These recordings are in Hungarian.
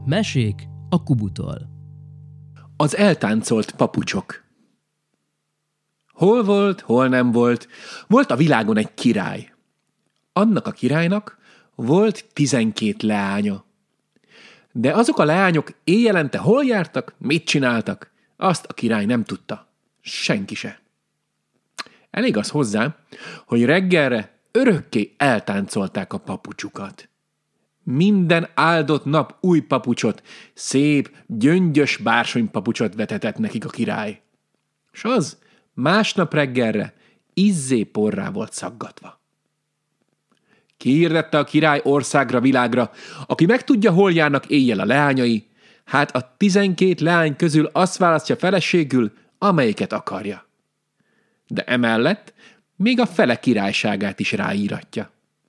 Mesék a Kubutól. Az eltáncolt papucsok. Hol volt, hol nem volt, volt a világon egy király. Annak a királynak volt 12 leánya. De azok a leányok éjjelente hol jártak, mit csináltak, azt a király nem tudta. Senki se. Elég az hozzá, hogy reggelre örökké eltáncolták a papucsukat. Minden áldott nap új papucsot, szép, gyöngyös bársonypapucsot vetetett nekik a király. S az másnap reggelre izzé porrá volt szaggatva. Kihirdette a király országra, világra, aki megtudja, hol járnak éjjel a leányai, hát a 12 leány közül azt választja feleségül, amelyiket akarja. De emellett még a fele királyságát is ráíratja.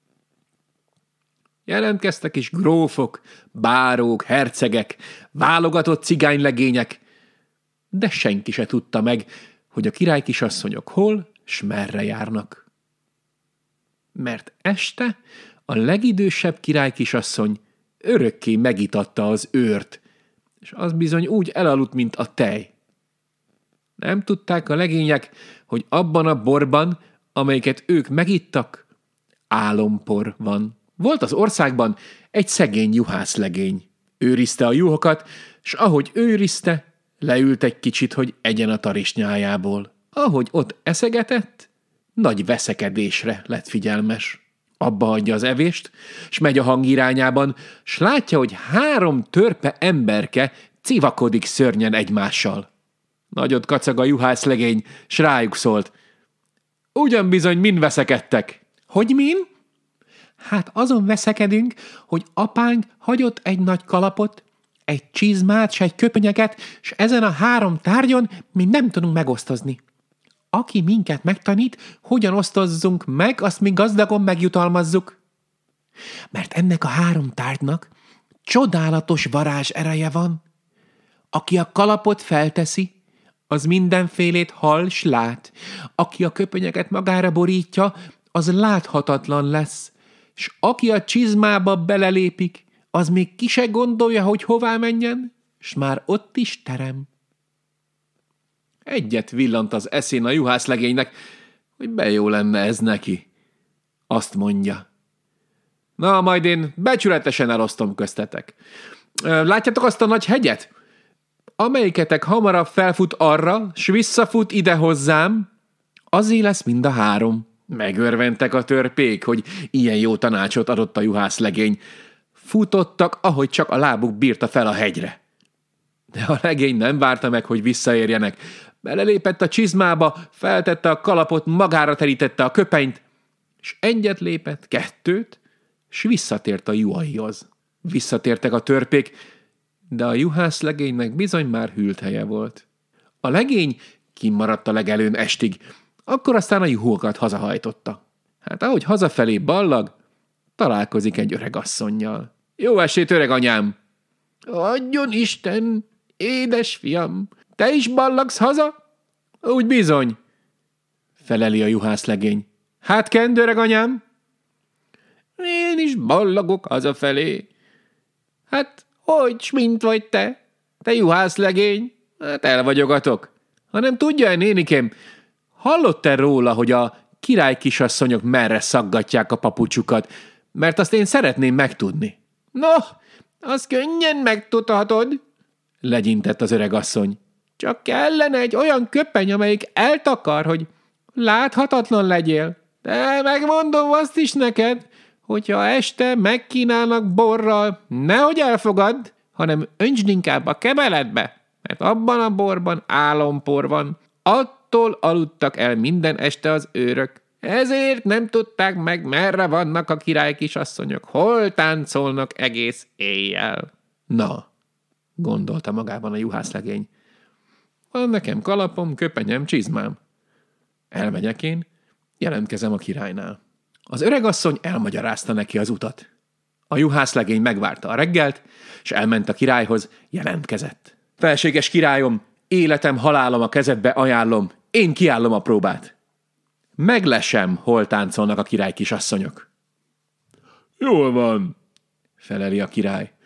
Jelentkeztek is grófok, bárók, hercegek, válogatott cigánylegények, de senki se tudta meg, hogy a királykisasszonyok hol s merre járnak. Mert este a legidősebb királykisasszony örökké megitatta az őrt, és az bizony úgy elaludt, mint a tej. Nem tudták a legények, hogy abban a borban, amelyiket ők megittak, álompor van. Volt az országban egy szegény juhászlegény. Őrizte a juhokat, s ahogy őrizte, leült egy kicsit, hogy egyen a tarisnyájából. Ahogy ott eszegetett, nagy veszekedésre lett figyelmes. Abba hagyja az evést, s megy a hang irányában, s látja, hogy 3 törpe emberke civakodik szörnyen egymással. Nagyot kacag a juhászlegény, s rájuk szólt. Ugyan bizony mind veszekedtek. Hogy min? Hát azon veszekedünk, hogy apánk hagyott egy nagy kalapot, egy csizmát, s egy köpenyeket, s ezen a 3 tárgyon mi nem tudunk megosztozni. Aki minket megtanít, hogyan osztozzunk meg, azt mi gazdagon megjutalmazzuk. Mert ennek a 3 tárgynak csodálatos varázs ereje van. Aki a kalapot felteszi, az mindenfélét hall s lát. Aki a köpenyeket magára borítja, az láthatatlan lesz. S aki a csizmába belelépik, az még ki se gondolja, hogy hová menjen, s már ott is terem. Egyet villant az eszén a juhászlegénynek, hogy bejó lenne ez neki. Azt mondja. Na, majd én becsületesen elosztom köztetek. Látjátok azt a nagy hegyet? Amelyiketek hamarabb felfut arra, s visszafut ide hozzám, azé lesz mind a 3. Megörventek a törpék, hogy ilyen jó tanácsot adott a juhászlegény. Futottak, ahogy csak a lábuk bírta fel a hegyre. De a legény nem várta meg, hogy visszaérjenek. Belelépett a csizmába, feltette a kalapot, magára terítette a köpenyt, s egyet lépett, 2, s visszatért a juhaihoz. Visszatértek a törpék, de a juhászlegénynek bizony már hűlt helye volt. A legény kimaradt a legelőn estig, akkor aztán a juhokat hazahajtotta. Hát ahogy hazafelé ballag, találkozik egy öregasszonnyal. Jó estét, öreg anyám! Adjon Isten, édes fiam, te is ballagsz haza? Úgy bizony, feleli a juhászlegény. Hát kend, öreg anyám? Én is ballagok hazafelé. Hát, hogy s mint vagy te juhászlegény? Hát elvagyogatok. Hanem tudja-e, nénikém, hallott-e róla, hogy a királykisasszonyok merre szaggatják a papucsukat, mert azt én szeretném megtudni. No, azt könnyen megtudhatod, legyintett az öregasszony. Csak kellene egy olyan köpeny, amelyik eltakar, hogy láthatatlan legyél. De megmondom azt is neked, hogyha este megkínálnak borral, nehogy elfogadd, hanem öntsd inkább a kebeletbe, mert abban a borban álompor van. Attól aludtak el minden este az őrök. Ezért nem tudták meg, merre vannak a királykisasszonyok, hol táncolnak egész éjjel. Na, gondolta magában a juhászlegény. Van nekem kalapom, köpenyem, csizmám. Elmegyek én, jelentkezem a királynál. Az öregasszony elmagyarázta neki az utat. A juhászlegény megvárta a reggelt, és elment a királyhoz, jelentkezett. Felséges királyom, életem, halálom a kezedbe ajánlom, én kiállom a próbát. Meglesem, hol táncolnak a királykisasszonyok. Jól van, feleli a király.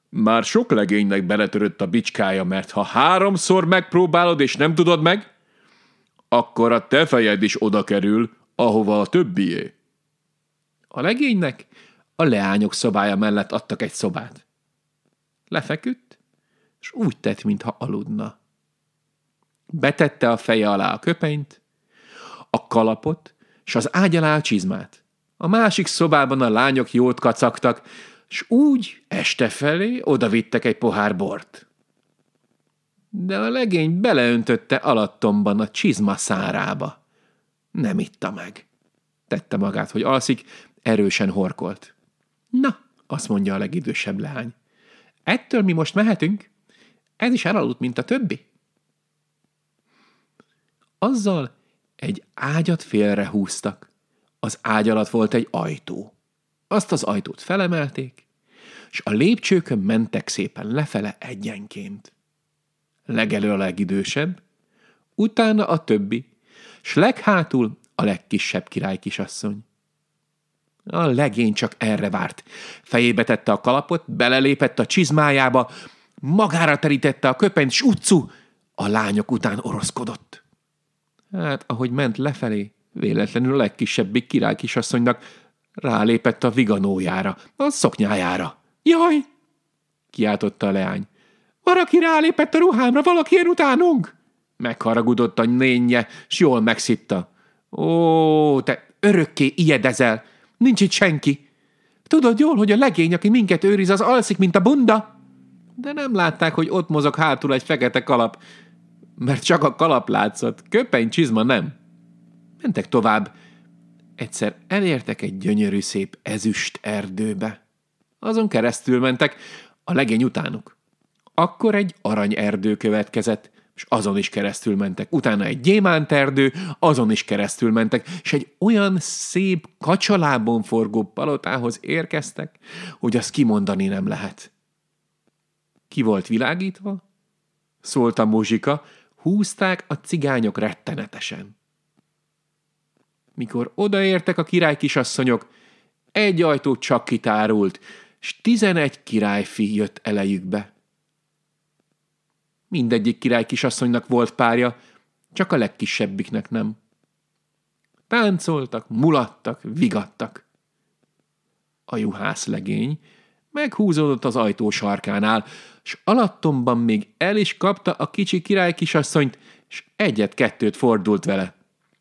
Már sok legénynek beletörött a bicskája, mert ha 3-szor megpróbálod és nem tudod meg, akkor a te fejed is oda kerül, ahova a többié. A legénynek a leányok szobája mellett adtak egy szobát. Lefeküdt, és úgy tett, mintha aludna. Betette a feje alá a köpenyt, a kalapot, és az ágy alá a csizmát. A másik szobában a lányok jót kacagtak, s úgy este felé odavittek egy pohár bort. De a legény beleöntötte alattomban a csizma szárába. Nem itta meg. Tette magát, hogy alszik, erősen horkolt. Na, azt mondja a legidősebb leány. Ettől mi most mehetünk? Ez is elaludt, mint a többi. Azzal egy ágyat félrehúztak. Az ágy alatt volt egy ajtó. Azt az ajtót felemelték, és a lépcsőkön mentek szépen lefele egyenként. Legelő a legidősebb, utána a többi, s leghátul a legkisebb királykisasszony. A legény csak erre várt. Fejébe tette a kalapot, belelépett a csizmájába, magára terítette a köpenyt, s utcu a lányok után oroszkodott. Hát, ahogy ment lefelé, véletlenül a legkisebbik királykisasszonynak rálépett a viganójára, a szoknyájára. Jaj! Kiáltotta a leány. Valaki rálépett a ruhámra, valaki jön utánunk! Megharagudott a nénje, s jól megszitta. Ó, te örökké ijedezel! Nincs itt senki! Tudod jól, hogy a legény, aki minket őriz, az alszik, mint a bunda? De nem látták, hogy ott mozog hátul egy fekete kalap, mert csak a kalap látszott, köpeny, csizma nem. Mentek tovább. Egyszer elértek egy gyönyörű szép ezüst erdőbe. Azon keresztül mentek, a legény utánuk. Akkor egy aranyerdő következett, és azon is keresztül mentek. Utána egy gyémánterdő, azon is keresztül mentek, és egy olyan szép kacsalábon forgó palotához érkeztek, hogy azt kimondani nem lehet. Ki volt világítva? Szólt a muzsika, húzták a cigányok rettenetesen. Mikor odaértek a királykisasszonyok, egy ajtó csak kitárult, s 11 királyfi jött elejükbe. Mindegyik királykisasszonynak volt párja, csak a legkisebbiknek nem. Táncoltak, mulattak, vigadtak. A juhász legény meghúzódott az ajtó sarkánál, s alattomban még el is kapta a kicsi királykisasszonyt, s 1-2 fordult vele.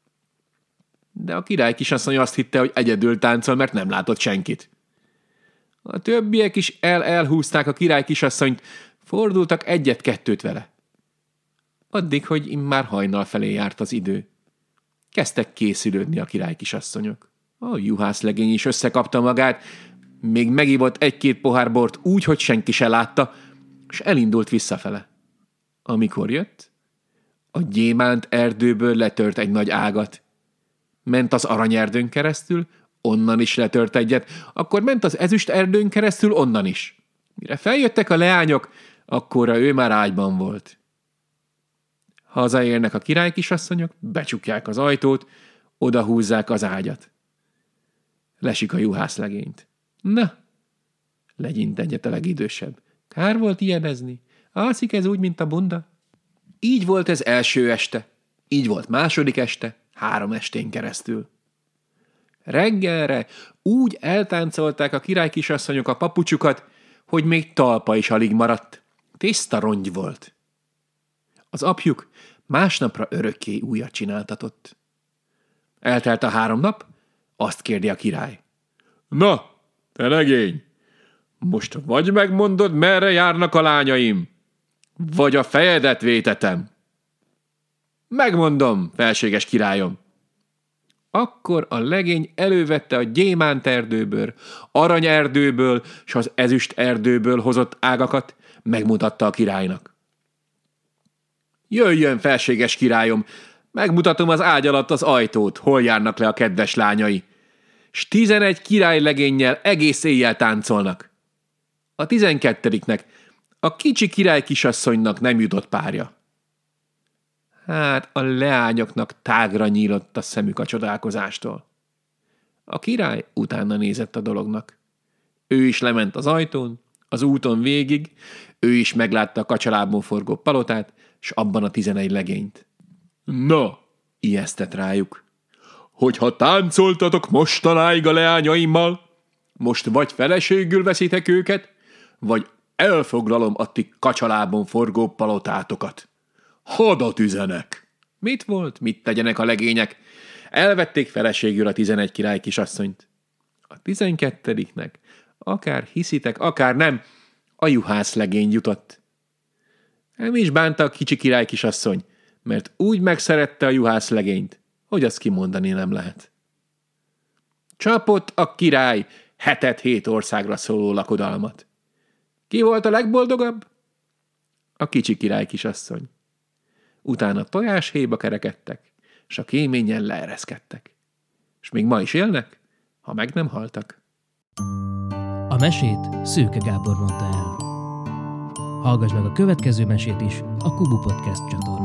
De a királykisasszony azt hitte, hogy egyedül táncol, mert nem látott senkit. A többiek is elhúzták a királykisasszonyt, fordultak 1-2 vele. Addig, hogy immár hajnal felé járt az idő. Kezdtek készülődni a királykisasszonyok. A juhászlegény is összekapta magát, még megívott 1-2 pohár bort úgy, hogy senki se látta, és elindult visszafele. Amikor jött, a gyémánt erdőből letört egy nagy ágat. Ment az aranyerdőn keresztül, onnan is letört egyet, akkor ment az ezüst erdőn keresztül, onnan is. Mire feljöttek a leányok, akkorra ő már ágyban volt. Hazaérnek a királykisasszonyok, becsukják az ajtót, odahúzzák az ágyat. Lesik a juhászlegényt. Na, legyint egyet a legidősebb. Kár volt ijedezni. Alszik ez úgy, mint a bunda. Így volt ez első este, így volt második este, 3 estén keresztül. Reggelre úgy eltáncolták a királykisasszonyok a papucsukat, hogy még talpa is alig maradt. Tiszta rongy volt. Az apjuk másnapra örökké újat csináltatott. Eltelt a 3 nap, azt kérdi a király. Na, te legény, most vagy megmondod, merre járnak a lányaim, vagy a fejedet vétetem. Megmondom, felséges királyom. Akkor a legény elővette a gyémánterdőből, aranyerdőből s az ezüsterdőből hozott ágakat, megmutatta a királynak. Jöjjön, felséges királyom, megmutatom az ágy alatt az ajtót, hol járnak le a kedves lányai, s 11 királylegénnyel egész éjjel táncolnak. A 12-nek, a kicsi királykisasszonynak nem jutott párja. Hát a leányoknak tágra nyílott a szemük a csodálkozástól. A király utána nézett a dolognak. Ő is lement az ajtón, Az úton végig ő is meglátta a kacsalábon forgó palotát, s abban a 11 legényt. Na, ijesztett rájuk, hogyha táncoltatok mostanáig a leányaimmal, most vagy feleségül veszitek őket, vagy elfoglalom a ti kacsalábon forgó palotátokat. Hadat üzenek! Mit volt? Mit tegyenek a legények? Elvették feleségül a 11 király kisasszonyt. A 12-nek, akár hiszitek, akár nem, a juhász legény jutott. Nem is bánta a kicsi király kisasszony, mert úgy megszerette a juhász legényt, hogy azt kimondani nem lehet. Csapott a király 7 országra szóló lakodalmat. Ki volt a legboldogabb? A kicsi király kisasszony. Utána tojáshéjba kerekedtek, s a kéményen leereszkedtek. És még ma is élnek, ha meg nem haltak. A mesét Szőke Gábor mondta el. Hallgass meg a következő mesét is a Kubu Podcast csatornán.